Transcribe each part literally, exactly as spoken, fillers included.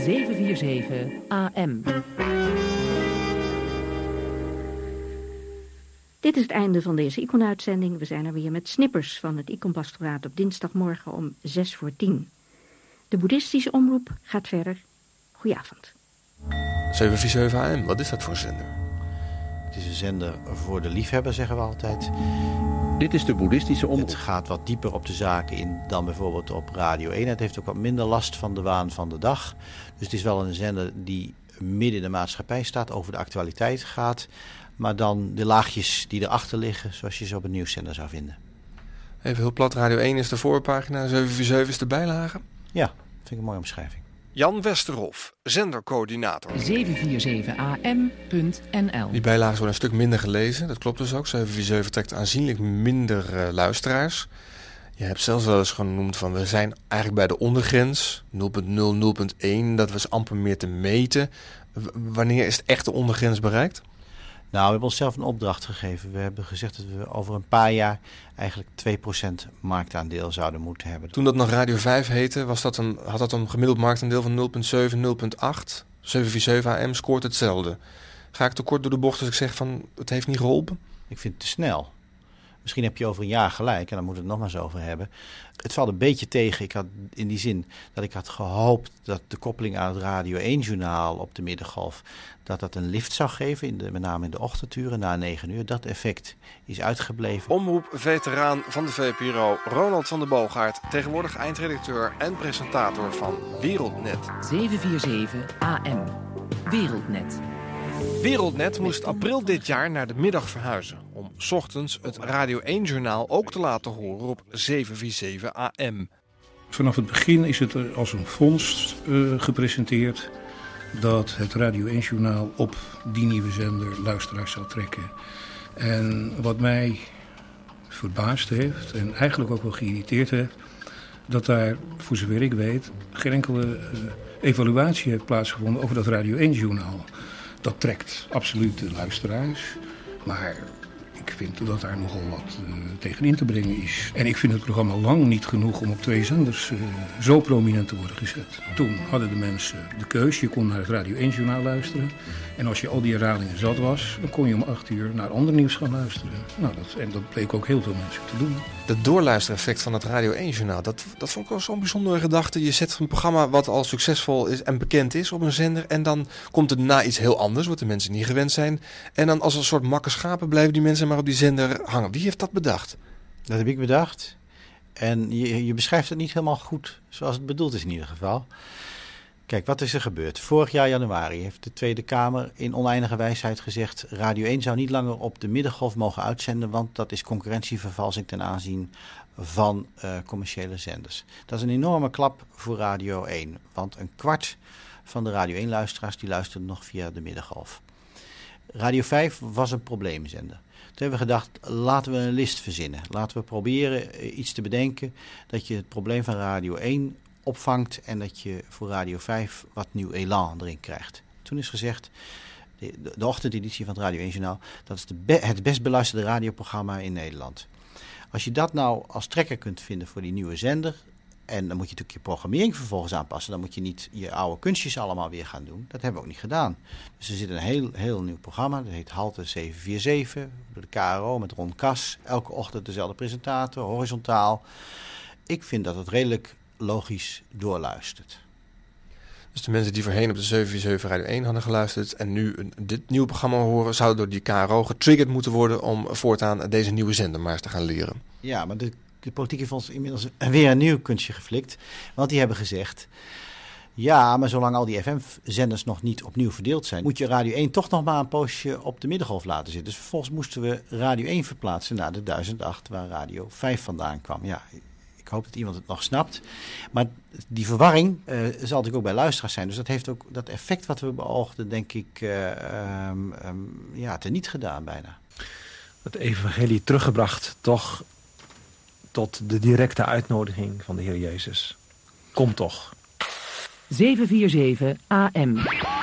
zevenhonderdzevenenveertig A M. Dit is het einde van deze Icon-uitzending. We zijn er weer met snippers van het Icon-pastoraat op dinsdagmorgen om zes voor tien. De boeddhistische omroep gaat verder. Goedenavond. zevenhonderdzevenenveertig A M, wat is dat voor zender? Het is een zender voor de liefhebber, zeggen we altijd. Dit is de boeddhistische omroep. Het gaat wat dieper op de zaken in dan bijvoorbeeld op Radio één. Het heeft ook wat minder last van de waan van de dag. Dus het is wel een zender die midden in de maatschappij staat, over de actualiteit gaat. Maar dan de laagjes die erachter liggen, zoals je ze op een nieuwszender zou vinden. Even heel plat, Radio één is de voorpagina, zevenhonderdzevenenveertig is de bijlage. Ja, dat vind ik een mooie omschrijving. Jan Westerhof, zendercoördinator. zevenhonderdzevenenveertig A M punt N L. Die bijlagen worden een stuk minder gelezen, dat klopt dus ook. zevenhonderdzevenenveertig trekt aanzienlijk minder uh, luisteraars. Je hebt zelfs wel eens genoemd van we zijn eigenlijk bij de ondergrens, nul punt nul, nul punt één, dat was amper meer te meten. W- wanneer is het echt de ondergrens bereikt? Nou, we hebben onszelf een opdracht gegeven. We hebben gezegd dat we over een paar jaar eigenlijk twee procent marktaandeel zouden moeten hebben. Toen dat nog Radio vijf heette, was dat een, had dat een gemiddeld marktaandeel van nul punt zeven, nul punt acht. zevenhonderdzevenenveertig A M scoort hetzelfde. Ga ik te kort door de bocht als ik zeg van het heeft niet geholpen? Ik vind het te snel. Misschien heb je over een jaar gelijk en dan moeten we het nog maar eens over hebben. Het valt een beetje tegen. Ik had in die zin dat ik had gehoopt dat de koppeling aan het Radio één-journaal op de middengolf, dat dat een lift zou geven, in de, met name in de ochtenduren na negen uur. Dat effect is uitgebleven. Omroep-veteraan van de V P R O, Ronald van der Boogaard, tegenwoordig eindredacteur en presentator van Wereldnet. zevenhonderdzevenenveertig A M. Wereldnet. Wereldnet moest april dit jaar naar de middag verhuizen, om 's ochtends het Radio één-journaal ook te laten horen op zevenhonderdzevenenveertig A M. Vanaf het begin is het er als een vondst uh, gepresenteerd dat het Radio één-journaal op die nieuwe zender luisteraars zou trekken. En wat mij verbaasd heeft en eigenlijk ook wel geïrriteerd heeft, dat daar, voor zover ik weet, geen enkele uh, evaluatie heeft plaatsgevonden over dat Radio één-journaal. Dat trekt absoluut de luisteraars, maar ik vind dat daar nogal wat uh, tegen in te brengen is. En ik vind het programma lang niet genoeg om op twee zenders uh, zo prominent te worden gezet. Toen hadden de mensen de keus, je kon naar het Radio één-journaal luisteren. En als je al die herhalingen zat was, dan kon je om acht uur naar ander nieuws gaan luisteren. Nou, dat, en dat bleek ook heel veel mensen te doen. Het doorluistereffect van het Radio één-journaal, dat, dat vond ik wel zo'n bijzondere gedachte. Je zet een programma wat al succesvol is en bekend is op een zender en dan komt er na iets heel anders, wat de mensen niet gewend zijn. En dan als een soort makke schapen blijven die mensen maar op die zender hangen. Wie heeft dat bedacht? Dat heb ik bedacht. En je, je beschrijft het niet helemaal goed zoals het bedoeld is in ieder geval. Kijk, wat is er gebeurd? Vorig jaar januari heeft de Tweede Kamer in oneindige wijsheid gezegd, Radio één zou niet langer op de middengolf mogen uitzenden, want dat is concurrentievervalsing ten aanzien van uh, commerciële zenders. Dat is een enorme klap voor Radio één, want een kwart van de Radio één-luisteraars die luisteren nog via de middengolf. Radio vijf was een probleemzender. Toen hebben we gedacht, laten we een list verzinnen. Laten we proberen iets te bedenken dat je het probleem van Radio één opvangt en dat je voor Radio vijf wat nieuw elan erin krijgt. Toen is gezegd, de, de ochtendeditie van het Radio één-journaal, dat is de be- het best beluisterde radioprogramma in Nederland. Als je dat nou als trekker kunt vinden voor die nieuwe zender, en dan moet je natuurlijk je programmering vervolgens aanpassen, dan moet je niet je oude kunstjes allemaal weer gaan doen. Dat hebben we ook niet gedaan. Dus er zit een heel, heel nieuw programma, dat heet Halte zevenhonderdzevenenveertig, door de K R O met Ron Kas. Elke ochtend dezelfde presentator, horizontaal. Ik vind dat het redelijk logisch doorluistert. Dus de mensen die voorheen op de zevenhonderdzevenenveertig Radio één hadden geluisterd en nu dit nieuwe programma horen, zouden door die K R O getriggerd moeten worden om voortaan deze nieuwe zender maar eens te gaan leren. Ja, maar de, de politiek heeft ons inmiddels weer een nieuw kunstje geflikt. Want die hebben gezegd, ja, maar zolang al die F M-zenders nog niet opnieuw verdeeld zijn, moet je Radio één toch nog maar een poosje op de middengolf laten zitten. Dus vervolgens moesten we Radio één verplaatsen naar de duizend acht waar Radio vijf vandaan kwam. Ja, ik hoop dat iemand het nog snapt. Maar die verwarring uh, zal natuurlijk ook bij luisteraars zijn. Dus dat heeft ook dat effect wat we beoogden, denk ik, uh, um, um, ja, teniet gedaan bijna. Het evangelie teruggebracht toch tot de directe uitnodiging van de Heer Jezus. Kom toch. zevenhonderdzevenenveertig A M.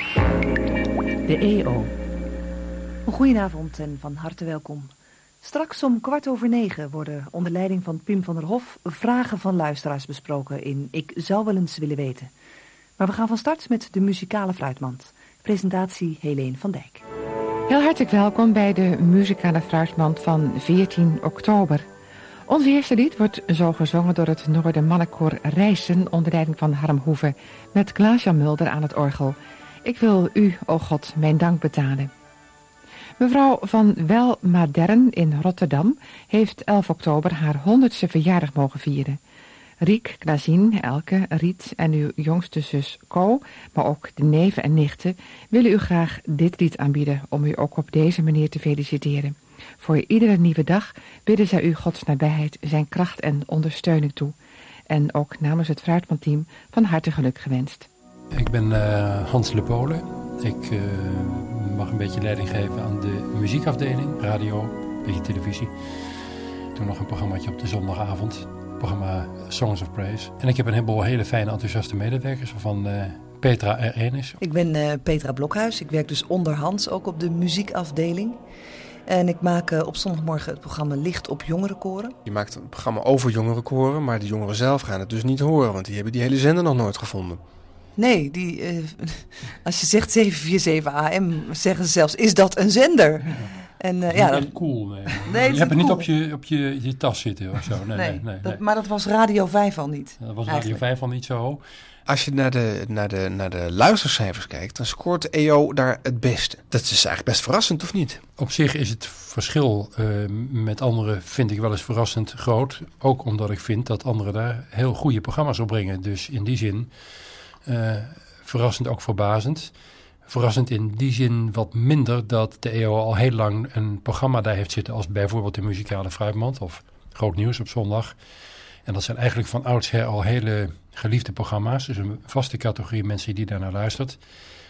De E O. Goedenavond en van harte welkom. Straks om kwart over negen worden onder leiding van Pim van der Hof vragen van luisteraars besproken in Ik zou wel eens willen weten. Maar we gaan van start met de muzikale fruitmand. Presentatie Helene van Dijk. Heel hartelijk welkom bij de muzikale fruitmand van veertien oktober. Ons eerste lied wordt zo gezongen door het Noordermannenkoor Rijssen onder leiding van Harm Hoeve met Klaas-Jan Mulder aan het orgel. Ik wil u, o God, mijn dank betalen. Mevrouw van Wel Madern in Rotterdam heeft elf oktober haar honderdste verjaardag mogen vieren. Riek, Klaasien, Elke, Riet en uw jongste zus Ko, maar ook de neven en nichten, willen u graag dit lied aanbieden om u ook op deze manier te feliciteren. Voor iedere nieuwe dag bidden zij u Gods nabijheid, zijn kracht en ondersteuning toe. En ook namens het Fruitmandteam van harte geluk gewenst. Ik ben uh, Hans Le Polen. Ik uh, mag een beetje leiding geven aan de muziekafdeling, radio, een beetje televisie. Toen nog een programmaatje op de zondagavond, het programma Songs of Praise. En ik heb een heleboel hele fijne, enthousiaste medewerkers, waarvan uh, Petra er één is. Ik ben uh, Petra Blokhuis. Ik werk dus onder Hans ook op de muziekafdeling. En ik maak uh, op zondagmorgen het programma Licht op Jongerenkoren. Je maakt een programma over jongerenkoren, maar de jongeren zelf gaan het dus niet horen, want die hebben die hele zender nog nooit gevonden. Nee, die, uh, als je zegt zeven vier zeven A M, zeggen ze zelfs, is dat een zender? Ja. En, uh, dat is ja, niet dan... echt cool, nee. nee je hebt het cool. niet op je, op je, je tas zitten of zo. Nee, nee, nee, nee, dat, nee. maar dat was Radio vijf al niet. Dat was Radio eigenlijk. vijf al niet zo. Als je naar de, naar, de, naar de luistercijfers kijkt, dan scoort de E O daar het beste. Dat is eigenlijk best verrassend, of niet? Op zich is het verschil uh, met anderen, vind ik wel eens verrassend groot. Ook omdat ik vind dat anderen daar heel goede programma's op brengen. Dus in die zin uh, verrassend ook verbazend. Verrassend in die zin wat minder dat de E O al heel lang een programma daar heeft zitten als bijvoorbeeld de muzikale fruitmand of Groot Nieuws op zondag. En dat zijn eigenlijk van oudsher al hele geliefde programma's. Dus een vaste categorie mensen die daarnaar luistert.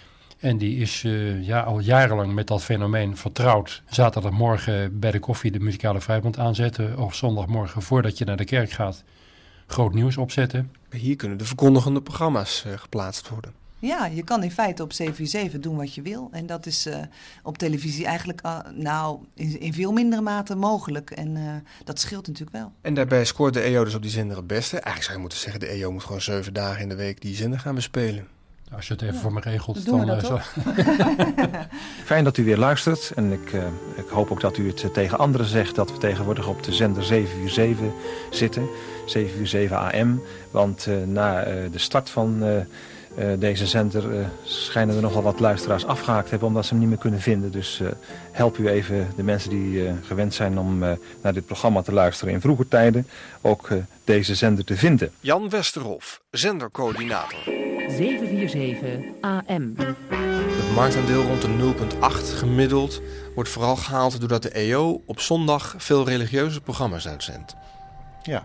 En die is uh, ja, al jarenlang met dat fenomeen vertrouwd. Zaterdagmorgen bij de koffie de muzikale fruitmand aanzetten. Of zondagmorgen voordat je naar de kerk gaat Groot Nieuws opzetten. Hier kunnen de verkondigende programma's uh, geplaatst worden. Ja, je kan in feite op zeven vier zeven doen wat je wil. En dat is uh, op televisie eigenlijk uh, nou, in, in veel mindere mate mogelijk. En uh, dat scheelt natuurlijk wel. En daarbij scoort de E O dus op die zender het beste. Eigenlijk zou je moeten zeggen, de E O moet gewoon zeven dagen in de week die zender gaan bespelen. Als je het even ja, voor me regelt, dan... dan uh, Fijn dat u weer luistert. En ik, uh, ik hoop ook dat u het tegen anderen zegt dat we tegenwoordig op de zender zeven vier zeven zitten. zeven vier zeven A M. Want uh, na uh, de start van... Uh, Uh, deze zender uh, schijnen er nogal wat luisteraars afgehaakt hebben omdat ze hem niet meer kunnen vinden. Dus uh, help u even de mensen die uh, gewend zijn om uh, naar dit programma te luisteren in vroeger tijden ook uh, deze zender te vinden. Jan Westerhof, zendercoördinator. zeven vier zeven A M. Het marktaandeel rond de nul komma acht gemiddeld wordt vooral gehaald doordat de E O op zondag veel religieuze programma's uitzendt. Ja.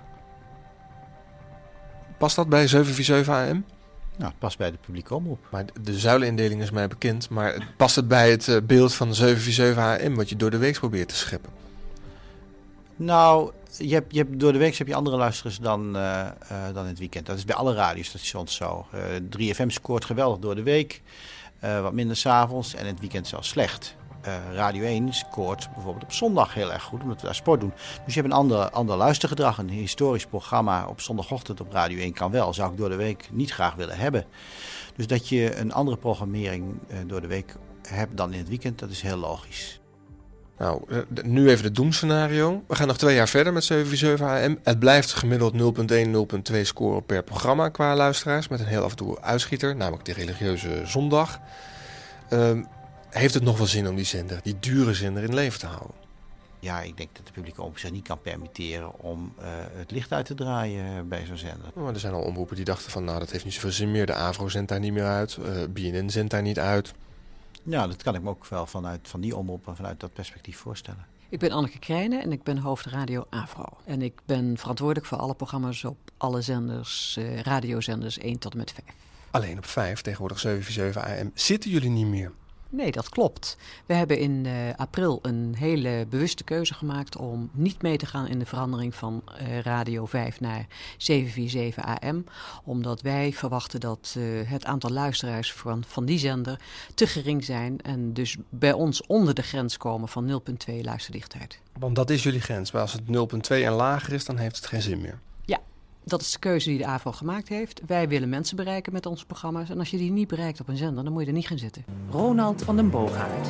Past dat bij zeven vier zeven A M? Nou, het past bij de publieke omroep. Maar de zuilenindeling is mij bekend. Maar past het bij het uh, beeld van zeven vier zeven A M... wat je door de week probeert te scheppen? Nou, je hebt, je hebt, door de week heb je andere luisteraars dan, uh, uh, dan in het weekend. Dat is bij alle radiostations zo. Uh, drie F M scoort geweldig door de week. Uh, wat minder 's avonds en in het weekend zelfs slecht. Uh, Radio één scoort bijvoorbeeld op zondag heel erg goed, omdat we daar sport doen. Dus je hebt een ander, ander luistergedrag. Een historisch programma op zondagochtend op Radio één kan wel. Zou ik door de week niet graag willen hebben. Dus dat je een andere programmering uh, door de week hebt dan in het weekend, dat is heel logisch. Nou, nu even het doemscenario. We gaan nog twee jaar verder met zeven vier zeven A M. Het blijft gemiddeld nul komma één, nul komma twee scoren per programma qua luisteraars. Met een heel af en toe uitschieter, namelijk de religieuze zondag. Um, Heeft het nog wel zin om die zender, die dure zender, in leven te houden? Ja, ik denk dat de publieke omroep zich niet kan permitteren om uh, het licht uit te draaien bij zo'n zender. Maar er zijn al omroepen die dachten van, nou, dat heeft niet zoveel zin meer. De AVRO zendt daar niet meer uit, uh, B N N zendt daar niet uit. Ja, dat kan ik me ook wel vanuit van die omroep en vanuit dat perspectief voorstellen. Ik ben Anneke Krijnen en ik ben hoofd Radio AVRO. En ik ben verantwoordelijk voor alle programma's op alle zenders, uh, radiozenders één tot en met vijf. Alleen op vijf, tegenwoordig zeven vier zeven A M, zitten jullie niet meer? Nee, dat klopt. We hebben in uh, april een hele bewuste keuze gemaakt om niet mee te gaan in de verandering van uh, Radio vijf naar zeven vier zeven A M. Omdat wij verwachten dat uh, het aantal luisteraars van, van die zender te gering zijn. En dus bij ons onder de grens komen van nul komma twee luisterdichtheid. Want dat is jullie grens. Maar als het nul komma twee en lager is, dan heeft het geen zin meer. Ja. dat is de keuze die de A V R O gemaakt heeft. Wij willen mensen bereiken met onze programma's. En als je die niet bereikt op een zender, dan moet je er niet gaan zitten. Ronald van den Boogaard.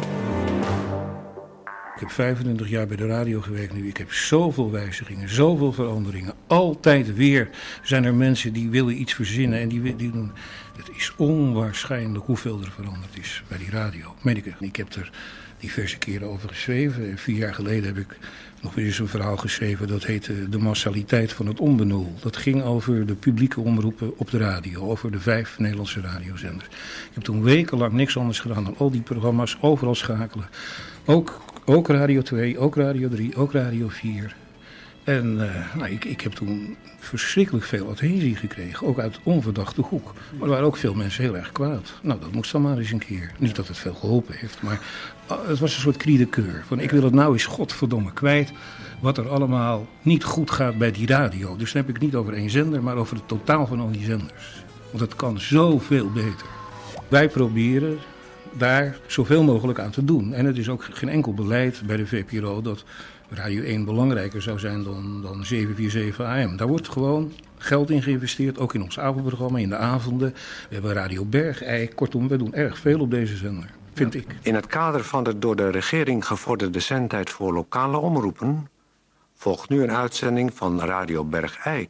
Ik heb vijfentwintig jaar bij de radio gewerkt nu. Ik heb zoveel wijzigingen, zoveel veranderingen. Altijd weer zijn er mensen die willen iets verzinnen en die, die doen. Het is onwaarschijnlijk hoeveel er veranderd is bij die radio. Meen ik, ik heb er diverse keren over geschreven. Vier jaar geleden heb ik nog weer eens een verhaal geschreven. Dat heette De massaliteit van het onbenul. Dat ging over de publieke omroepen op de radio. Over de vijf Nederlandse radiozenders. Ik heb toen wekenlang niks anders gedaan dan al die programma's overal schakelen. Ook, ook Radio twee, ook Radio drie, ook Radio vier. En uh, nou, ik, ik heb toen verschrikkelijk veel adhesie gekregen. Ook uit onverdachte hoek. Maar er waren ook veel mensen heel erg kwaad. Nou, dat moest dan maar eens een keer. Niet dat het veel geholpen heeft, maar uh, het was een soort cri de coeur. Van ik wil het nou eens godverdomme kwijt. Wat er allemaal niet goed gaat bij die radio. Dus dan heb ik het niet over één zender, maar over het totaal van al die zenders. Want het kan zoveel beter. Wij proberen daar zoveel mogelijk aan te doen. En het is ook geen enkel beleid bij de V P R O dat Radio één belangrijker zou zijn dan, dan zeven vier zeven A M. Daar wordt gewoon geld in geïnvesteerd, ook in ons avondprogramma, in de avonden. We hebben Radio Bergijk. Kortom, we doen erg veel op deze zender, vind ik. In het kader van de door de regering gevorderde zendtijd voor lokale omroepen volgt nu een uitzending van Radio Bergijk.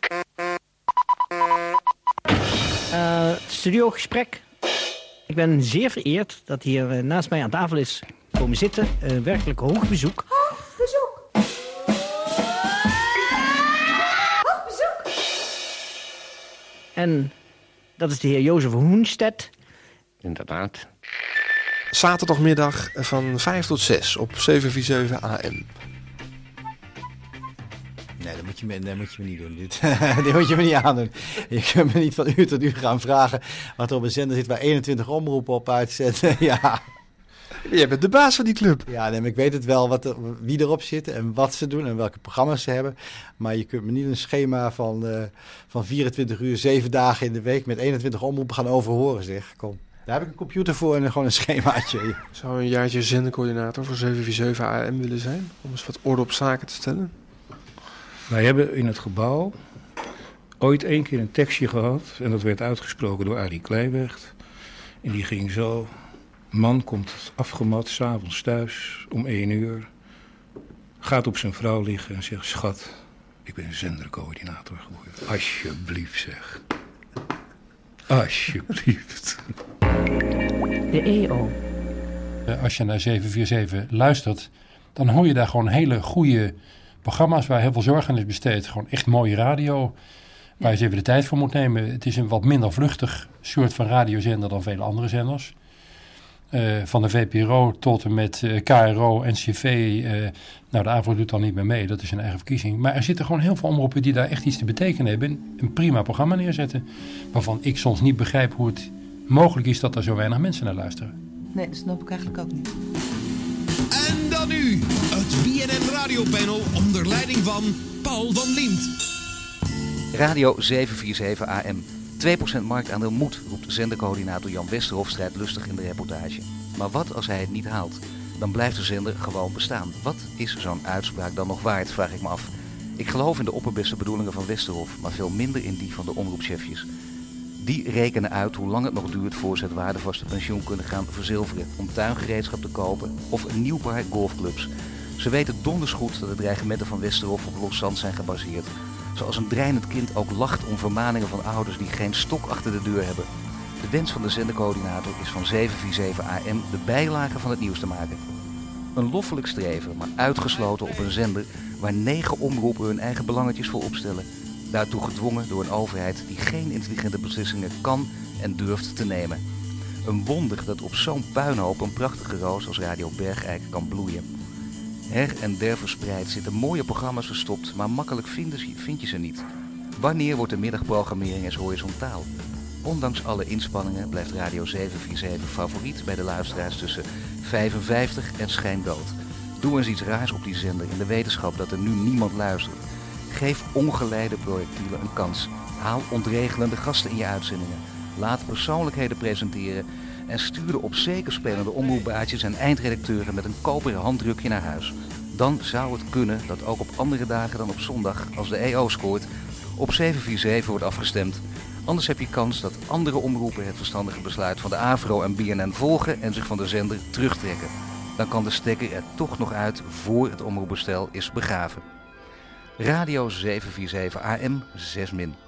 Uh, studiogesprek. Ik ben zeer vereerd dat hier uh, naast mij aan tafel is komen zitten. Uh, werkelijk hoog bezoek. Hoog bezoek. Hoog bezoek. En dat is de heer Jozef Hoenstedt. Inderdaad. Zaterdagmiddag van vijf tot zes op zeven vier zeven A M. Nee, dat moet je me, dat moet je me niet doen. Dit, dit moet je me niet aandoen. Je kunt me niet van uur tot uur gaan vragen wat er op een zender zit waar eenentwintig omroepen op uitzetten. Ja. Jij bent de baas van die club. Ja, nee, maar ik weet het wel wat er, wie erop zit en wat ze doen en welke programma's ze hebben. Maar je kunt me niet een schema van, uh, van vierentwintig uur, zeven dagen in de week met eenentwintig omroepen gaan overhoren, zeg. Kom. Daar heb ik een computer voor en gewoon een schemaatje. Zou een jaartje zendercoördinator voor zeven vier zeven A M willen zijn? Om eens wat orde op zaken te stellen? Wij hebben in het gebouw ooit één keer een tekstje gehad. En dat werd uitgesproken door Arie Kleiweg. En die ging zo. Man komt afgemat, 's avonds thuis, om één uur. Gaat op zijn vrouw liggen en zegt: schat, ik ben zendercoördinator geworden. Alsjeblieft zeg. Alsjeblieft. De E O. Als je naar zeven vier zeven luistert, dan hoor je daar gewoon hele goede programma's waar heel veel zorg aan is besteed. Gewoon echt mooie radio, waar je eens even de tijd voor moet nemen. Het is een wat minder vluchtig soort van radiozender dan vele andere zenders. Uh, van de V P R O tot en met uh, K R O, N C V. Uh, nou, de A V R O doet dan niet meer mee, dat is een eigen verkiezing. Maar er zitten gewoon heel veel omroepen die daar echt iets te betekenen hebben. En een prima programma neerzetten. Waarvan ik soms niet begrijp hoe het mogelijk is dat er zo weinig mensen naar luisteren. Nee, dat snap ik eigenlijk ook niet. En dan nu het B N N Radiopanel onder leiding van Paul van Liemt. Radio zeven vier zeven A M. twee procent marktaandeel moet, roept zendercoördinator Jan Westerhof strijdlustig in de reportage. Maar wat als hij het niet haalt? Dan blijft de zender gewoon bestaan. Wat is zo'n uitspraak dan nog waard, vraag ik me af. Ik geloof in de opperbeste bedoelingen van Westerhof, maar veel minder in die van de omroepchefjes. Die rekenen uit hoe lang het nog duurt voor ze het waardevaste pensioen kunnen gaan verzilveren, om tuingereedschap te kopen of een nieuw paar golfclubs. Ze weten donders goed dat de dreigementen van Westerhof op los zand zijn gebaseerd. Zoals een dreinend kind ook lacht om vermaningen van ouders die geen stok achter de deur hebben. De wens van de zendercoördinator is van zeven vier zeven A M de bijlage van het nieuws te maken. Een loffelijk streven, maar uitgesloten op een zender waar negen omroepen hun eigen belangetjes voor opstellen. Daartoe gedwongen door een overheid die geen intelligente beslissingen kan en durft te nemen. Een wonder dat op zo'n puinhoop een prachtige roos als Radio Bergijk kan bloeien. Her en der verspreid zitten mooie programma's verstopt, maar makkelijk vind je ze niet. Wanneer wordt de middagprogrammering eens horizontaal? Ondanks alle inspanningen blijft Radio zeven vier zeven favoriet bij de luisteraars tussen vijfenvijftig en schijndood. Doe eens iets raars op die zender in de wetenschap dat er nu niemand luistert. Geef ongeleide projectielen een kans. Haal ontregelende gasten in je uitzendingen. Laat persoonlijkheden presenteren en stuur de op zeker spelende omroepbaatjes en eindredacteuren met een koperen handdrukje naar huis. Dan zou het kunnen dat ook op andere dagen dan op zondag, als de E O scoort, Op zeven vier zeven wordt afgestemd. Anders heb je kans dat andere omroepen het verstandige besluit van de AVRO en B N N volgen en zich van de zender terugtrekken. Dan kan de stekker er toch nog uit voor het omroepbestel is begraven. Radio zeven vier zeven A M zes min.